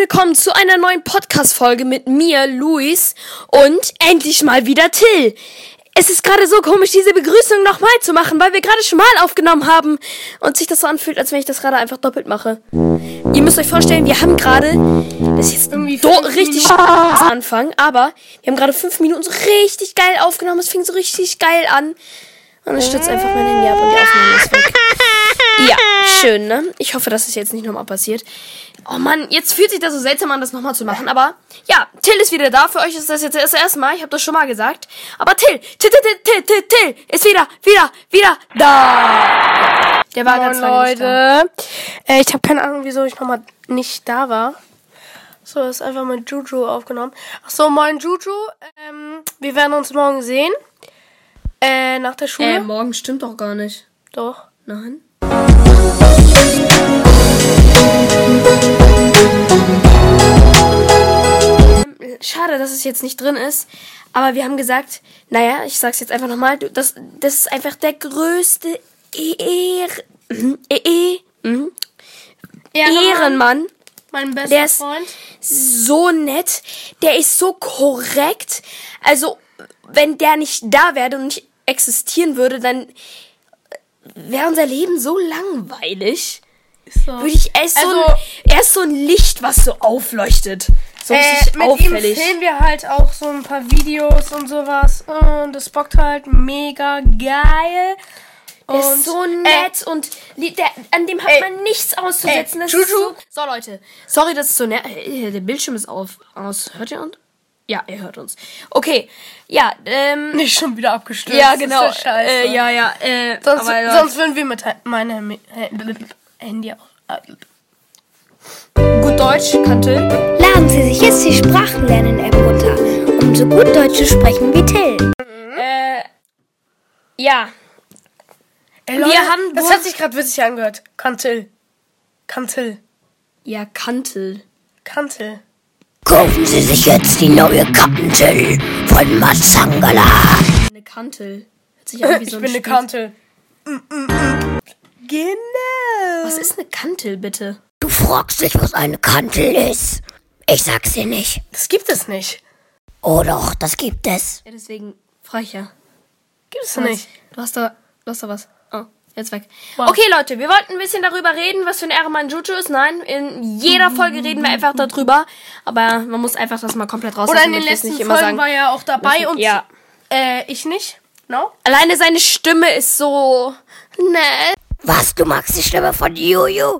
willkommen zu einer neuen Podcast-Folge mit mir, Luis, und endlich mal wieder Till. Es ist gerade so komisch, diese Begrüßung nochmal zu machen, weil wir gerade schon mal aufgenommen haben und sich das so anfühlt, als wenn ich das gerade einfach doppelt mache. Ihr müsst euch vorstellen, wir haben gerade, das ist jetzt irgendwie richtig Anfang, aber wir haben gerade 5 Minuten so richtig geil aufgenommen, es fing so richtig geil an. Und es stürzt einfach mein Handy ab und die Aufnahme ist weg. Ja, schön, ne? Ich hoffe, dass es jetzt nicht nochmal passiert. Oh Mann, jetzt fühlt sich das so seltsam an, das nochmal zu machen. Aber ja, Till ist wieder da. Für euch ist das jetzt das erste Mal. Ich habe das schon mal gesagt. Aber Till ist wieder da. Der war ganz lange nicht da. Leute, ich habe keine Ahnung, wieso ich nochmal nicht da war. So, ist einfach mit Juju aufgenommen. Ach so, moin Juju. Wir werden uns morgen sehen. Nach der Schule. Morgen stimmt doch gar nicht. Doch. Nein. Schade, dass es jetzt nicht drin ist. Aber wir haben gesagt, naja, ich sag's jetzt einfach nochmal, das ist einfach der größte Ehrenmann. Mein bester Der ist Freund. so nett. Der ist so korrekt. Also, wenn der nicht da wäre und nicht existieren würde, dann wäre unser Leben so langweilig. So. Er ist so ein Licht, was so aufleuchtet. So richtig mit auffällig. ihm filmen wir halt auch so ein paar Videos und sowas. Und das bockt halt mega geil. Der ist so nett und an dem hat man nichts auszusetzen. Das Juju. ist so Leute, sorry, dass es so der Bildschirm ist aus. Hört ihr uns? Ja, er hört uns. Okay, ja, Nicht schon wieder abgestürzt. ja, genau. Das ist so scheiße. Sonst würden wir mit meinem Handy auch. Gut Deutsch, kannte. Laden Sie sich jetzt die Sprachenlernen-App runter, um so gut Deutsch zu sprechen wie Till. Ja. Leute, das hat sich gerade witzig angehört. Kantel. Ja, Kantel. Kaufen Sie sich jetzt die neue Kantel von Matzangala. Eine Kantel. Hört sich an wie so Ich bin eine Kantel. Genau. Was ist eine Kantel, bitte? Du fragst dich, was eine Kantel ist. Ich sag's dir nicht. Das gibt es nicht. Oh doch, das gibt es. Ja, deswegen frage ich ja. Gibt es nicht. Du hast da was. Oh, jetzt weg. Wow. Okay, Leute, wir wollten ein bisschen darüber reden, was für ein Ehrenmann Juju ist. Nein, in jeder Folge reden wir einfach darüber. Aber man muss einfach das mal komplett rauslassen. Oder in den letzten Folgen war er auch dabei und ja. Ich nicht. No? Alleine seine Stimme ist so nett. Was, du magst die Stimme von Juju?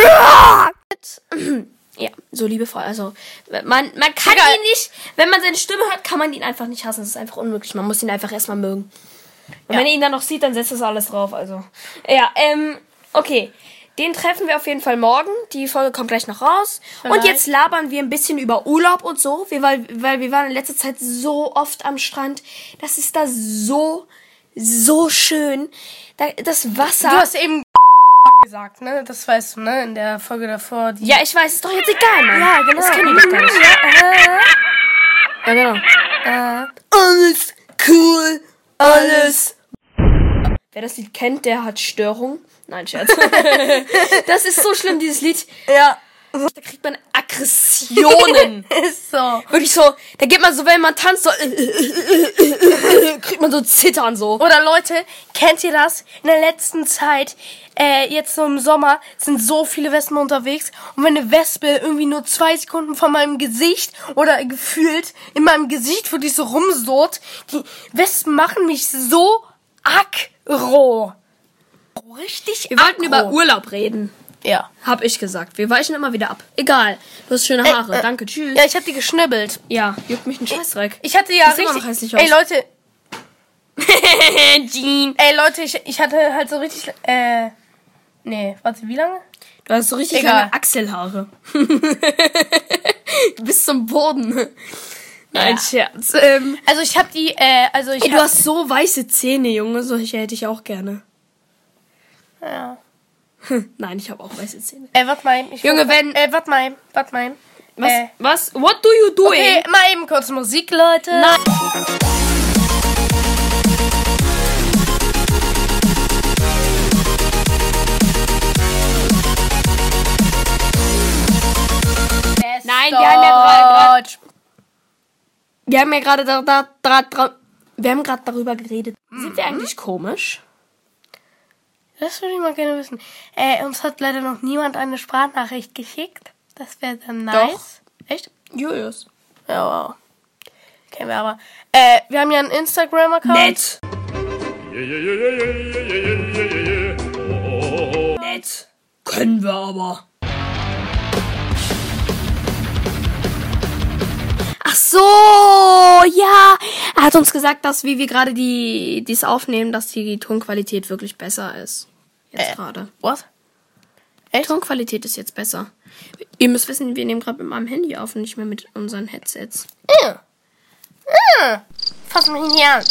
Ja, so liebevoll. Also, man kann ihn nicht, wenn man seine Stimme hört, kann man ihn einfach nicht hassen. Das ist einfach unmöglich. Man muss ihn einfach erstmal mögen. Und wenn ihr ihn dann noch sieht, dann setzt das alles drauf. Also, ja, okay. Den treffen wir auf jeden Fall morgen. Die Folge kommt gleich noch raus. Vielleicht. Und jetzt labern wir ein bisschen über Urlaub und so. Weil wir waren in letzter Zeit so oft am Strand. Das ist da so schön. Das Wasser. Du hast eben gesagt, ne? Das weißt du, ne? In der Folge davor. Ja, ich weiß, ist doch jetzt egal, Mann. Ja, genau. Das kenn ich doch gar nicht. Ja, genau. Alles cool, alles. Wer das Lied kennt, der hat Störung. Nein, Scherz. Das ist so schlimm, dieses Lied. Ja. Da kriegt man Aggressionen. Ist so. Wirklich so, da geht man so, wenn man tanzt, so kriegt man so Zittern so. Oder Leute, kennt ihr das? In der letzten Zeit, jetzt so im Sommer, sind so viele Wespen unterwegs. Und wenn eine Wespe irgendwie nur 2 Sekunden von meinem Gesicht oder gefühlt in meinem Gesicht wirklich so rumsurrt, die Wespen machen mich so aggro. Richtig Wir wollten aggro. über Urlaub reden. Ja. Hab ich gesagt. Wir weichen immer wieder ab. Egal. Du hast schöne Haare. Danke. Tschüss. Ja, ich hab die geschnibbelt. Ja, juckt mich ein Scheißdreck. Ich hatte ja Sieht immer richtig... noch hässlich aus. Ey, Leute... Jean. Ey, Leute, ich hatte halt so richtig... Nee, warte, wie lange? Du hast so richtig Egal. lange Achselhaare. Bis zum Boden. Nein, Scherz. Also ich hab die... Ey, du hast so weiße Zähne, Junge. Solche hätte ich auch gerne. Ja. Nein, ich habe auch weiße Zähne. Warte mal. Junge, wenn... Warte mal. Was? What do you doing? Okay, mal eben kurz Musik, Leute. Nein. Nein, Wir haben ja gerade wir haben gerade darüber geredet. Sind wir eigentlich komisch? Das würde ich mal gerne wissen. Uns hat leider noch niemand eine Sprachnachricht geschickt. Das wäre dann nice. Doch. Echt? Julius. Ja, wow. Kennen wir aber. Wir haben ja einen Instagram-Account. Nett. Nett. Können wir aber. Ach so, ja. Er hat uns gesagt, dass wie wir gerade dies aufnehmen, dass die Tonqualität wirklich besser ist. Jetzt gerade. Was? Die Tonqualität ist jetzt besser. Ihr müsst wissen, wir nehmen gerade mit meinem Handy auf und nicht mehr mit unseren Headsets. Fass mich nicht an.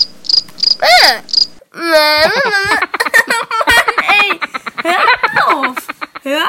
Ey, hör auf. Ja?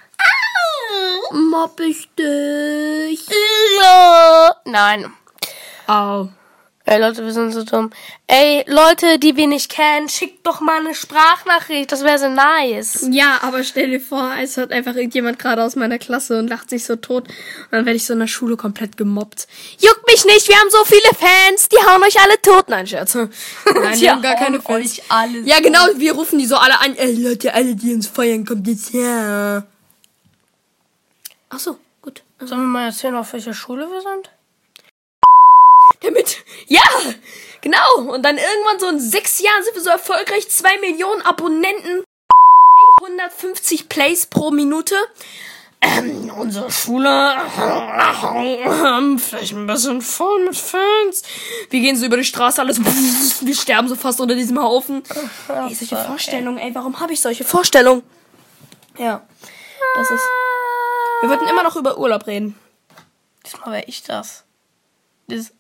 Mobb ich dich? Ja. Nein. Au. Ey, Leute, wir sind so dumm. Ey, Leute, die wir nicht kennen, schickt doch mal eine Sprachnachricht. Das wäre so nice. Ja, aber stell dir vor, es hört einfach irgendjemand gerade aus meiner Klasse und lacht sich so tot. Und dann werde ich so in der Schule komplett gemobbt. Juckt mich nicht, wir haben so viele Fans, die hauen euch alle tot. Nein, Scherz. Nein, wir haben gar keine Fans. Euch alle Ja, genau, wir rufen die so alle an. Ey, Leute, alle, die uns feiern, kommt jetzt her. Ach so, gut. Sollen wir mal erzählen, auf welcher Schule wir sind? Damit, ja, genau. Und dann irgendwann so in 6 Jahren sind wir so erfolgreich. 2 Millionen Abonnenten. 150 Plays pro Minute. Unsere Schule vielleicht ein bisschen voll mit Fans. Wir gehen so über die Straße, alles. Wir sterben so fast unter diesem Haufen. Ey, solche Vorstellungen, ey, warum habe ich solche Vorstellungen? Ja, das ist... Wir wollten immer noch über Urlaub reden. Diesmal wäre ich das. Dieses...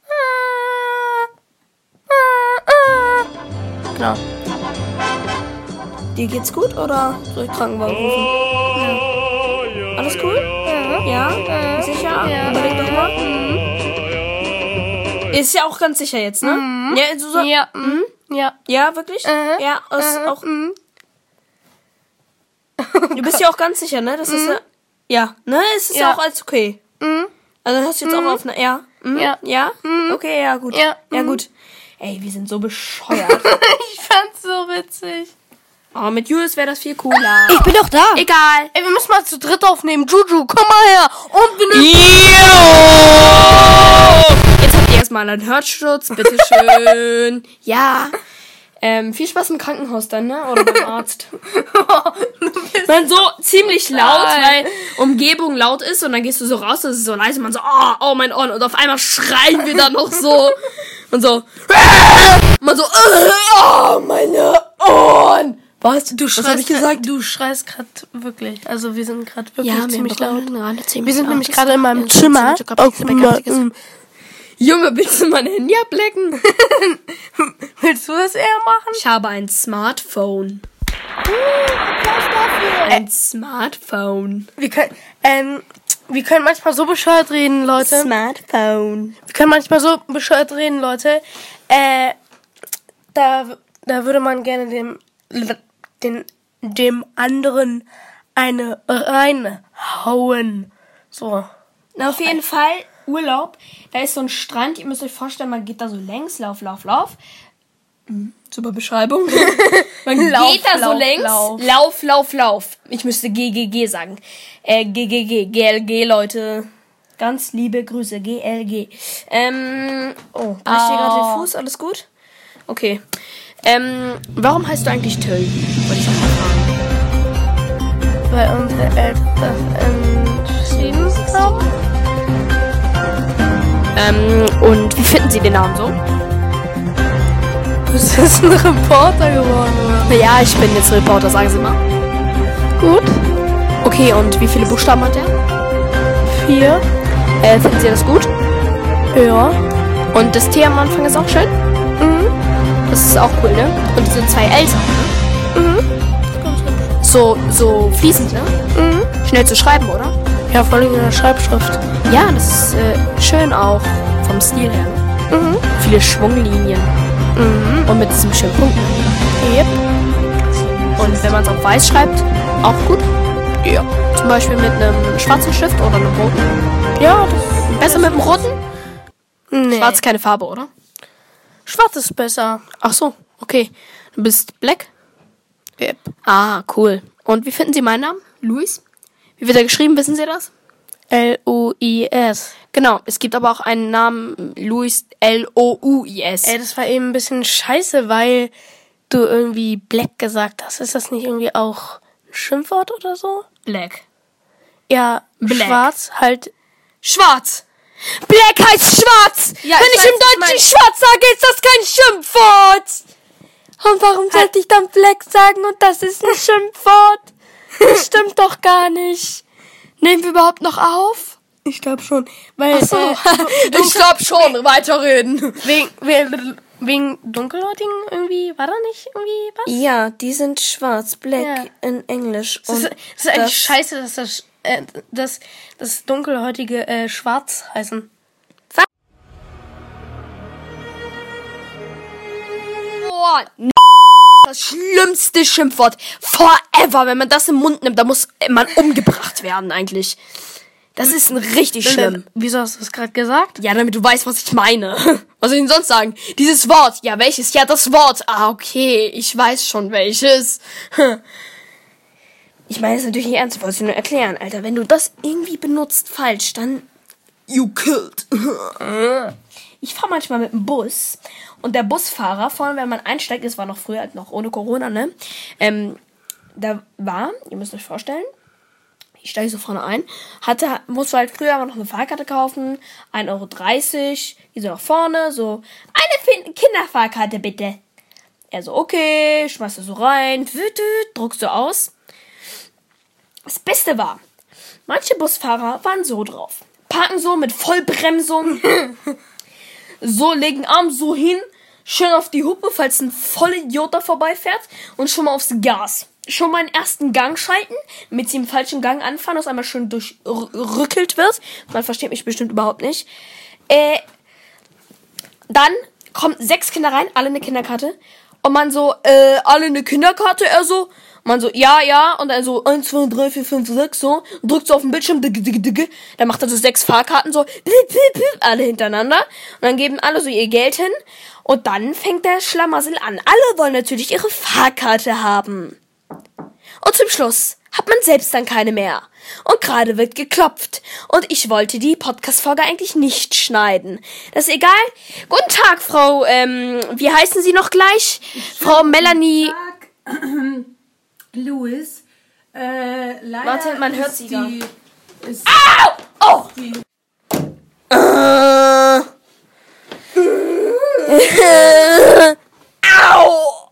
Genau. Dir geht's gut oder soll ich Krankenwagen rufen? Ja. Alles cool? Ja? Sicher? Ja. Überleg doch mal. Ist ja auch ganz sicher jetzt, ne? Ja, so. Ja. Ja. Ja, wirklich? Ja, ist auch. Du bist ja auch ganz sicher, ne? Das ist ja, ne? Es ist ja auch alles okay. Also hast du jetzt auch auf eine Ja? Ja. Ja? Okay, ja, gut. Ja. Ja, gut. Ey, wir sind so bescheuert. Ich fand's so witzig. Oh, mit Julius wäre das viel cooler. Ich bin doch da. Egal. Ey, wir müssen mal zu dritt aufnehmen. Juju, komm mal her. Und wir nehmen... Jetzt habt ihr erstmal einen Hörschutz, bitteschön. Ja. Viel Spaß im Krankenhaus dann, ne? Oder beim Arzt. Man so ziemlich laut, weil Umgebung laut ist und dann gehst du so raus, das ist so leise, man so, oh mein Ohren, und auf einmal schreien wir dann noch so und so, man so, oh meine Ohren. Was hab ich gesagt? Du schreist gerade wirklich. Also wir sind gerade wirklich Ja, ziemlich laut. Wir Wir sind nämlich gerade in meinem Zimmer. Junge, willst du mein Handy ablecken? Willst du das eher machen? Ich habe ein Smartphone. Ein Smartphone. Wir können manchmal so bescheuert reden, Leute. Smartphone. Wir können manchmal so bescheuert reden, Leute. Da würde man gerne dem anderen eine reinhauen. So. Na, auf jeden Fall Urlaub. Da ist so ein Strand. Ihr müsst euch vorstellen, man geht da so längs. Lauf. Super Beschreibung. Man geht da so längs. Lauf. Ich müsste GGG sagen. GLG, Leute. Ganz liebe Grüße. GLG. Brech dir gerade den Fuß? Alles gut? Okay. Warum heißt du eigentlich Till? Wollte ich auch mal fragen. Weil unsere Eltern das entschieden haben. Und wie finden Sie den Namen so? Du bist jetzt ein Reporter geworden, oder? Ja, ich bin jetzt Reporter, sagen Sie mal. Gut. Okay, und wie viele Buchstaben hat der? 4. Finden Sie das gut? Ja. Und das T am Anfang ist auch schön? Das ist auch cool, ne? Und diese 2 Ls auch, ne? So fließend, ne? Schnell zu schreiben, oder? Ja, vor allem in der Schreibschrift. Ja, das ist schön auch vom Stil her. Viele Schwunglinien. Und mit diesem schönen Punkt. Yep. Und wenn man es auf weiß schreibt, auch gut. Ja. Zum Beispiel mit einem schwarzen Stift oder einem roten. Ja, das Besser mit dem roten? Nee. Nee. Schwarz keine Farbe, oder? Schwarz ist besser. Ach so, okay. Du bist Black? Yep. Ah, cool. Und wie finden Sie meinen Namen? Luis? Wie wird er geschrieben, wissen Sie das? L-U-I-S. Genau, es gibt aber auch einen Namen, Luis, L-O-U-I-S. Ey, das war eben ein bisschen scheiße, weil du irgendwie Black gesagt hast. Ist das nicht irgendwie auch ein Schimpfwort oder so? Black. Ja, Black. schwarz halt. Schwarz! Black heißt schwarz! Ja, Wenn ich ich weiß, im Deutschen mein- schwarz sage, ist das kein Schimpfwort! Und warum sollte ich dann Black sagen und das ist ein Schimpfwort? Das stimmt doch gar nicht. Nehmen wir überhaupt noch auf? Ich glaube schon. Weil, Ach so. Ich glaub schon, weiterreden. wegen Dunkelhäutigen irgendwie, war da nicht irgendwie was? Ja, die sind schwarz, Black Ja. in Englisch. Das ist eigentlich scheiße, dass das Dunkelhäutige schwarz heißen. Boah, ist das schlimmste Schimpfwort forever. Wenn man das im Mund nimmt, da muss man umgebracht werden eigentlich. Das ist richtig schlimm. Wieso hast du das gerade gesagt? Ja, damit du weißt, was ich meine. Was soll ich denn sonst sagen? Dieses Wort. Ja, welches? Ja, das Wort. Ah, okay. Ich weiß schon welches. Ich meine es natürlich nicht ernst. Ich wollte es dir nur erklären, Alter. Wenn du das irgendwie benutzt falsch, dann... You killed. Ich fahre manchmal mit dem Bus. Und der Busfahrer, vorne, wenn man einsteigt, das war noch früher, noch ohne Corona, ne? Da war, ihr müsst euch vorstellen, ich steige so vorne ein, musste halt früher aber noch eine Fahrkarte kaufen, 1,30 Euro, die so nach vorne, so, eine Kinderfahrkarte bitte. Er so, okay, schmeißt du so rein, druckst du aus. Das Beste war, manche Busfahrer waren so drauf, parken so mit Vollbremsung, so, legen Arm so hin, schön auf die Hupe, falls ein Vollidiot da vorbeifährt und schon mal aufs Gas. Schon mal einen ersten Gang schalten, damit sie im falschen Gang anfahren, dass einmal schön durchrückelt wird. Man versteht mich bestimmt überhaupt nicht. Dann kommen 6 Kinder rein, alle eine Kinderkarte. Und man so, alle eine Kinderkarte, er so. Man so, ja. Und dann so, 1, 2, 3, 4, 5, 6, so. Und drückt so auf den Bildschirm, dann macht er so 6 Fahrkarten, so, alle hintereinander. Und dann geben alle so ihr Geld hin. Und dann fängt der Schlamassel an. Alle wollen natürlich ihre Fahrkarte haben. Und zum Schluss hat man selbst dann keine mehr. Und gerade wird geklopft. Und ich wollte die Podcast-Folge eigentlich nicht schneiden. Das ist egal. Guten Tag, Frau, wie heißen Sie noch gleich? Frau Melanie. Tag, Louis. Leider Warte, man hört ist sie gar die, ist Oh! die Au!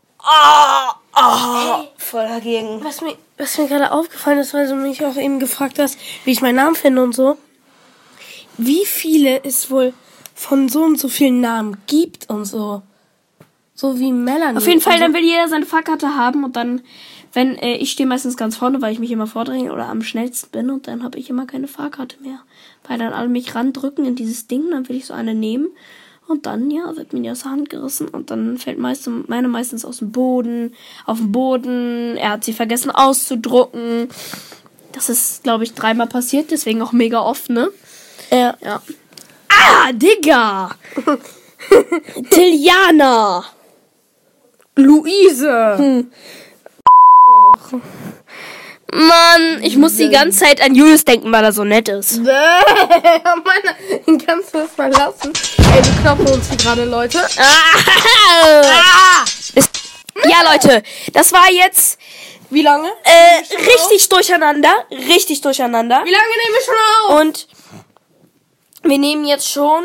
Voll dagegen. Was mir gerade aufgefallen ist, weil du mich auch eben gefragt hast, wie ich meinen Namen finde und so. Wie viele es wohl von so und so vielen Namen gibt und so. So wie Melanie. Auf jeden Fall, und so. dann will jeder seine Fahrkarte haben und dann, wenn, ich stehe meistens ganz vorne, weil ich mich immer vordränge oder am schnellsten bin und dann habe ich immer keine Fahrkarte mehr. Weil dann alle mich randrücken in dieses Ding, dann will ich so eine nehmen und dann, ja, wird mir die aus der Hand gerissen und dann fällt meine meistens auf den Boden. Er hat sie vergessen auszudrucken. Das ist, glaube ich, 3-mal passiert, deswegen auch mega oft, ne? Ja. Ja. Ah, Digga! Tiliana! Luise! Mann, ich muss die ganze Zeit an Julius denken, weil er so nett ist. Mann, kannst du das mal lassen? Ey, wir kloppen uns hier gerade, Leute. Ja, Leute, das war jetzt Wie lange? richtig durcheinander. Richtig durcheinander. Wie lange nehmen wir schon auf? Und wir nehmen jetzt schon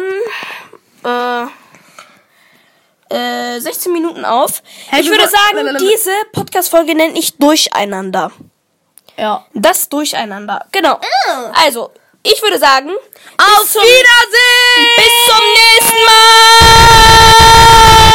16 Minuten auf. Hey, Ich würde sagen, nein. diese Podcast-Folge nenne ich Durcheinander. Ja. Das Durcheinander. Genau. Also, ich würde sagen, Auf Wiedersehen! bis zum nächsten Mal!